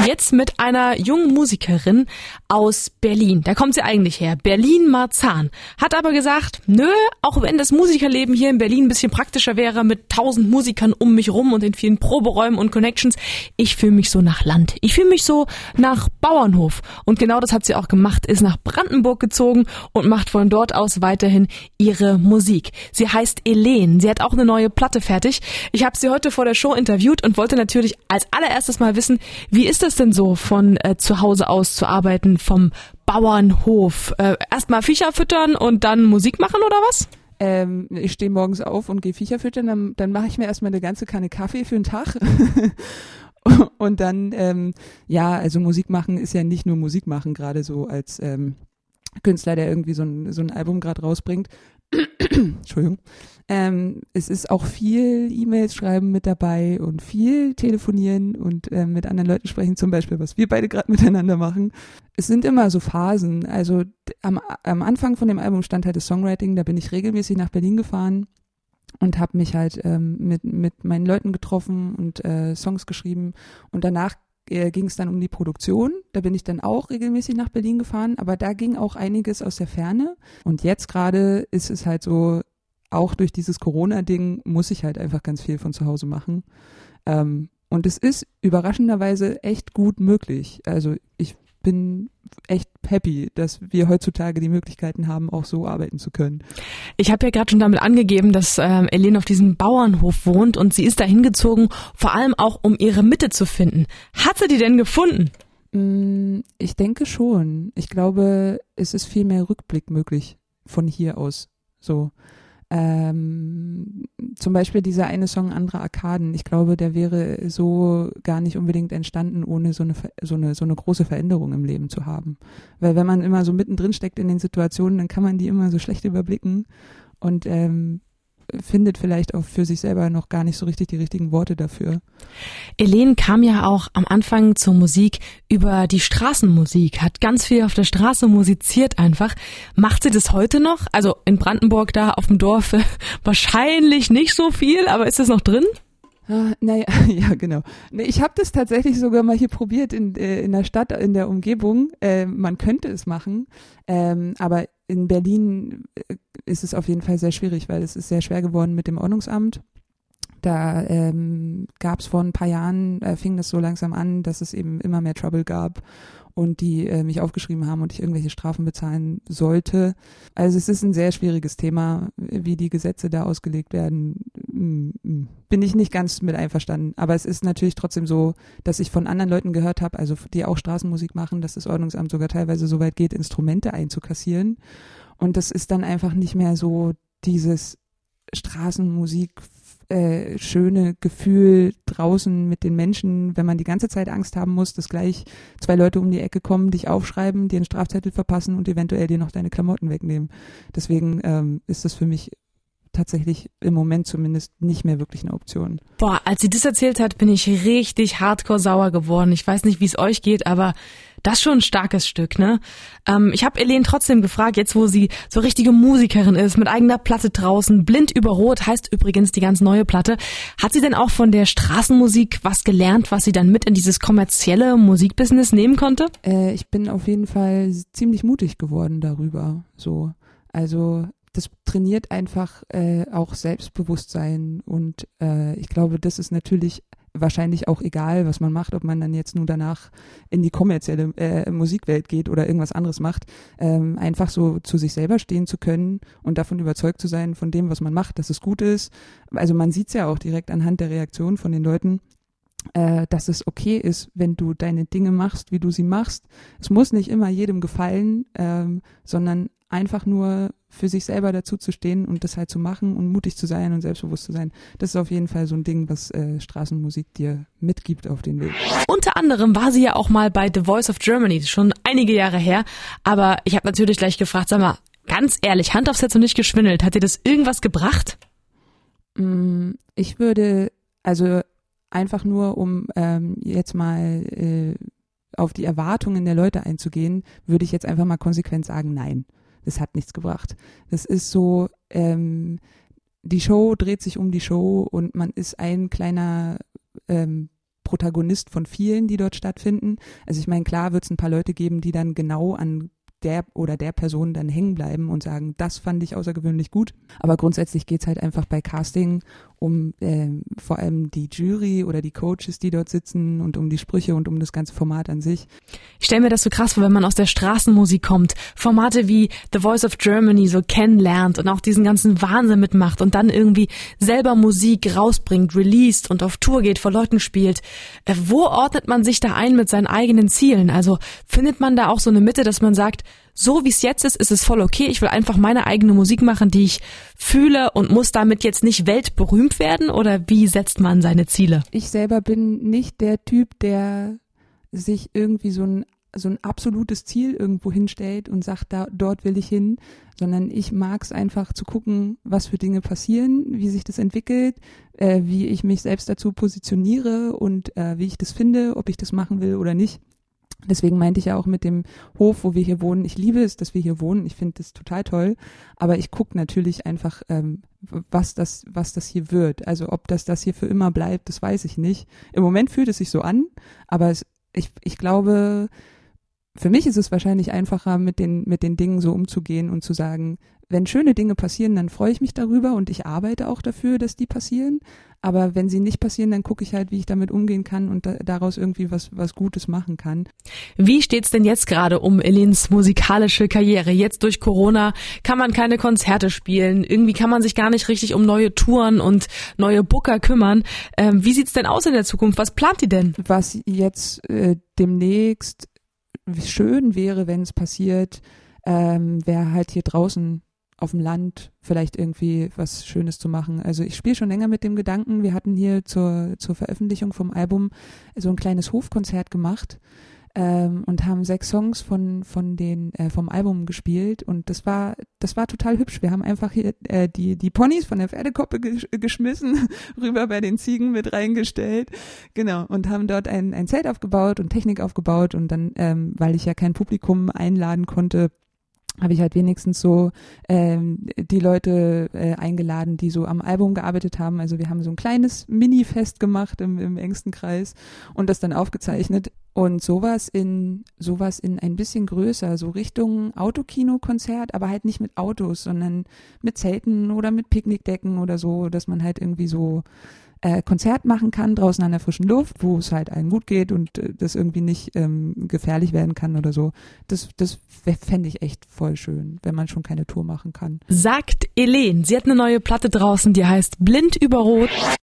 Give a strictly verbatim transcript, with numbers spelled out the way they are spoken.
Jetzt mit einer jungen Musikerin aus Berlin. Da kommt sie eigentlich her. Berlin-Marzahn. Hat aber gesagt, nö, auch wenn das Musikerleben hier in Berlin ein bisschen praktischer wäre mit tausend Musikern um mich rum und den vielen Proberäumen und Connections, ich fühle mich so nach Land. Ich fühle mich so nach Bauernhof. Und genau das hat sie auch gemacht, ist nach Brandenburg gezogen und macht von dort aus weiterhin ihre Musik. Sie heißt Elen. Sie hat auch eine neue Platte fertig. Ich habe sie heute vor der Show interviewt und wollte natürlich als allererstes mal wissen, wie ist das denn so, von äh, zu Hause aus zu arbeiten, vom Bauernhof? Äh, Erstmal Viecher füttern und dann Musik machen oder was? Ähm, ich stehe morgens auf und gehe Viecher füttern, dann, dann mache ich mir erstmal eine ganze Kanne Kaffee für den Tag. Und dann, ähm, ja, also Musik machen ist ja nicht nur Musik machen, gerade so als ähm, Künstler, der irgendwie so ein, so ein Album gerade rausbringt. Entschuldigung. Ähm, es ist auch viel E-Mails schreiben mit dabei und viel telefonieren und ähm, mit anderen Leuten sprechen, zum Beispiel, was wir beide gerade miteinander machen. Es sind immer so Phasen. Also am, am Anfang von dem Album stand halt das Songwriting, da bin ich regelmäßig nach Berlin gefahren und habe mich halt ähm, mit, mit meinen Leuten getroffen und äh, Songs geschrieben und danach äh, ging es dann um die Produktion. Da bin ich dann auch regelmäßig nach Berlin gefahren, aber da ging auch einiges aus der Ferne. Und jetzt gerade ist es halt so, auch durch dieses Corona-Ding muss ich halt einfach ganz viel von zu Hause machen. Ähm, und es ist überraschenderweise echt gut möglich. Also ich bin echt happy, dass wir heutzutage die Möglichkeiten haben, auch so arbeiten zu können. Ich habe ja gerade schon damit angegeben, dass ähm, Elen auf diesem Bauernhof wohnt und sie ist da hingezogen, vor allem auch, um ihre Mitte zu finden. Hat sie die denn gefunden? Mm, ich denke schon. Ich glaube, es ist viel mehr Rückblick möglich von hier aus. So. Ähm, zum Beispiel dieser eine Song Andere Arkaden, ich glaube, der wäre so gar nicht unbedingt entstanden, ohne so eine, so eine, so eine große Veränderung im Leben zu haben. Weil wenn man immer so mittendrin steckt in den Situationen, dann kann man die immer so schlecht überblicken und ähm, findet vielleicht auch für sich selber noch gar nicht so richtig die richtigen Worte dafür. Elen kam ja auch am Anfang zur Musik über die Straßenmusik, hat ganz viel auf der Straße musiziert einfach. Macht sie das heute noch? Also in Brandenburg da auf dem Dorf wahrscheinlich nicht so viel, aber ist das noch drin? Ah, naja, ja, genau. Nee, ich habe das tatsächlich sogar mal hier probiert in, äh, in der Stadt, in der Umgebung. Äh, man könnte es machen, ähm, aber in Berlin ist es auf jeden Fall sehr schwierig, weil es ist sehr schwer geworden mit dem Ordnungsamt. Da ähm, gab es vor ein paar Jahren, äh, fing das so langsam an, dass es eben immer mehr Trouble gab und die äh, mich aufgeschrieben haben und ich irgendwelche Strafen bezahlen sollte. Also es ist ein sehr schwieriges Thema, wie die Gesetze da ausgelegt werden. Bin ich nicht ganz mit einverstanden. Aber es ist natürlich trotzdem so, dass ich von anderen Leuten gehört habe, also die auch Straßenmusik machen, dass das Ordnungsamt sogar teilweise so weit geht, Instrumente einzukassieren. Und das ist dann einfach nicht mehr so dieses Straßenmusik Äh, schöne Gefühl draußen mit den Menschen, wenn man die ganze Zeit Angst haben muss, dass gleich zwei Leute um die Ecke kommen, dich aufschreiben, dir einen Strafzettel verpassen und eventuell dir noch deine Klamotten wegnehmen. Deswegen ähm, ist das für mich tatsächlich im Moment zumindest nicht mehr wirklich eine Option. Boah, als sie das erzählt hat, bin ich richtig hardcore sauer geworden. Ich weiß nicht, wie es euch geht, aber das ist schon ein starkes Stück, ne? Ähm, ich habe Elen trotzdem gefragt, jetzt wo sie so richtige Musikerin ist, mit eigener Platte draußen, Blind über Rot heißt übrigens die ganz neue Platte, hat sie denn auch von der Straßenmusik was gelernt, was sie dann mit in dieses kommerzielle Musikbusiness nehmen konnte? Äh, ich bin auf jeden Fall ziemlich mutig geworden darüber, so. Also das trainiert einfach äh, auch Selbstbewusstsein und äh, ich glaube, das ist natürlich wahrscheinlich auch egal, was man macht, ob man dann jetzt nur danach in die kommerzielle äh, Musikwelt geht oder irgendwas anderes macht, ähm, einfach so zu sich selber stehen zu können und davon überzeugt zu sein, von dem, was man macht, dass es gut ist. Also man sieht es ja auch direkt anhand der Reaktion von den Leuten, äh, dass es okay ist, wenn du deine Dinge machst, wie du sie machst. Es muss nicht immer jedem gefallen, ähm, sondern einfach nur für sich selber dazu zu stehen und das halt zu machen und mutig zu sein und selbstbewusst zu sein. Das ist auf jeden Fall so ein Ding, was äh, Straßenmusik dir mitgibt auf den Weg. Unter anderem war sie ja auch mal bei The Voice of Germany, schon einige Jahre her. Aber ich habe natürlich gleich gefragt, sag mal, ganz ehrlich, Hand aufs Herz und nicht geschwindelt, hat dir das irgendwas gebracht? Ich würde, also einfach nur, um ähm, jetzt mal äh, auf die Erwartungen der Leute einzugehen, würde ich jetzt einfach mal konsequent sagen, nein. Das hat nichts gebracht. Das ist so, ähm, die Show dreht sich um die Show und man ist ein kleiner ähm, Protagonist von vielen, die dort stattfinden. Also ich meine, klar wird es ein paar Leute geben, die dann genau an der oder der Person dann hängen bleiben und sagen, das fand ich außergewöhnlich gut. Aber grundsätzlich geht's halt einfach bei Casting um äh, vor allem die Jury oder die Coaches, die dort sitzen und um die Sprüche und um das ganze Format an sich. Ich stelle mir das so krass vor, wenn man aus der Straßenmusik kommt, Formate wie The Voice of Germany so kennenlernt und auch diesen ganzen Wahnsinn mitmacht und dann irgendwie selber Musik rausbringt, released und auf Tour geht, vor Leuten spielt. Äh, wo ordnet man sich da ein mit seinen eigenen Zielen? Also findet man da auch so eine Mitte, dass man sagt, so wie es jetzt ist, ist es voll okay. Ich will einfach meine eigene Musik machen, die ich fühle und muss damit jetzt nicht weltberühmt werden? Oder wie setzt man seine Ziele? Ich selber bin nicht der Typ, der sich irgendwie so ein so ein absolutes Ziel irgendwo hinstellt und sagt, da dort will ich hin, sondern ich mag es einfach zu gucken, was für Dinge passieren, wie sich das entwickelt, äh, wie ich mich selbst dazu positioniere und äh, wie ich das finde, ob ich das machen will oder nicht. Deswegen meinte ich ja auch mit dem Hof, wo wir hier wohnen, ich liebe es, dass wir hier wohnen, ich finde das total toll, aber ich gucke natürlich einfach, ähm, was das was das hier wird. Also ob das das hier für immer bleibt, das weiß ich nicht. Im Moment fühlt es sich so an, aber es, ich, ich glaube, für mich ist es wahrscheinlich einfacher, mit den mit den Dingen so umzugehen und zu sagen, wenn schöne Dinge passieren, dann freue ich mich darüber und ich arbeite auch dafür, dass die passieren. Aber wenn sie nicht passieren, dann gucke ich halt, wie ich damit umgehen kann und da, daraus irgendwie was was Gutes machen kann. Wie steht's denn jetzt gerade um Elins musikalische Karriere? Jetzt durch Corona kann man keine Konzerte spielen. Irgendwie kann man sich gar nicht richtig um neue Touren und neue Booker kümmern. Ähm, wie sieht's denn aus in der Zukunft? Was plant ihr denn? Was jetzt äh, demnächst schön wäre, wenn es passiert, ähm, wäre halt hier draußen auf dem Land vielleicht irgendwie was Schönes zu machen. Also ich spiele schon länger mit dem Gedanken, wir hatten hier zur zur Veröffentlichung vom Album so ein kleines Hofkonzert gemacht ähm, und haben sechs Songs von von den äh, vom Album gespielt und das war das war total hübsch. Wir haben einfach hier äh, die die Ponys von der Pferdekoppe gesch- geschmissen, rüber bei den Ziegen mit reingestellt, genau, und haben dort ein ein Zelt aufgebaut und Technik aufgebaut und dann, ähm, weil ich ja kein Publikum einladen konnte, habe ich halt wenigstens so ähm, die Leute äh, eingeladen, die so am Album gearbeitet haben. Also wir haben so ein kleines Mini-Fest gemacht im, im engsten Kreis und das dann aufgezeichnet. Und sowas in sowas in ein bisschen größer, so Richtung Autokino-Konzert, aber halt nicht mit Autos, sondern mit Zelten oder mit Picknickdecken oder so, dass man halt irgendwie so äh, Konzert machen kann draußen an der frischen Luft, wo es halt allen gut geht und äh, das irgendwie nicht ähm, gefährlich werden kann oder so. Das, das fände ich echt voll schön, wenn man schon keine Tour machen kann. Sagt Elen. Sie hat eine neue Platte draußen, die heißt Blind über Rot.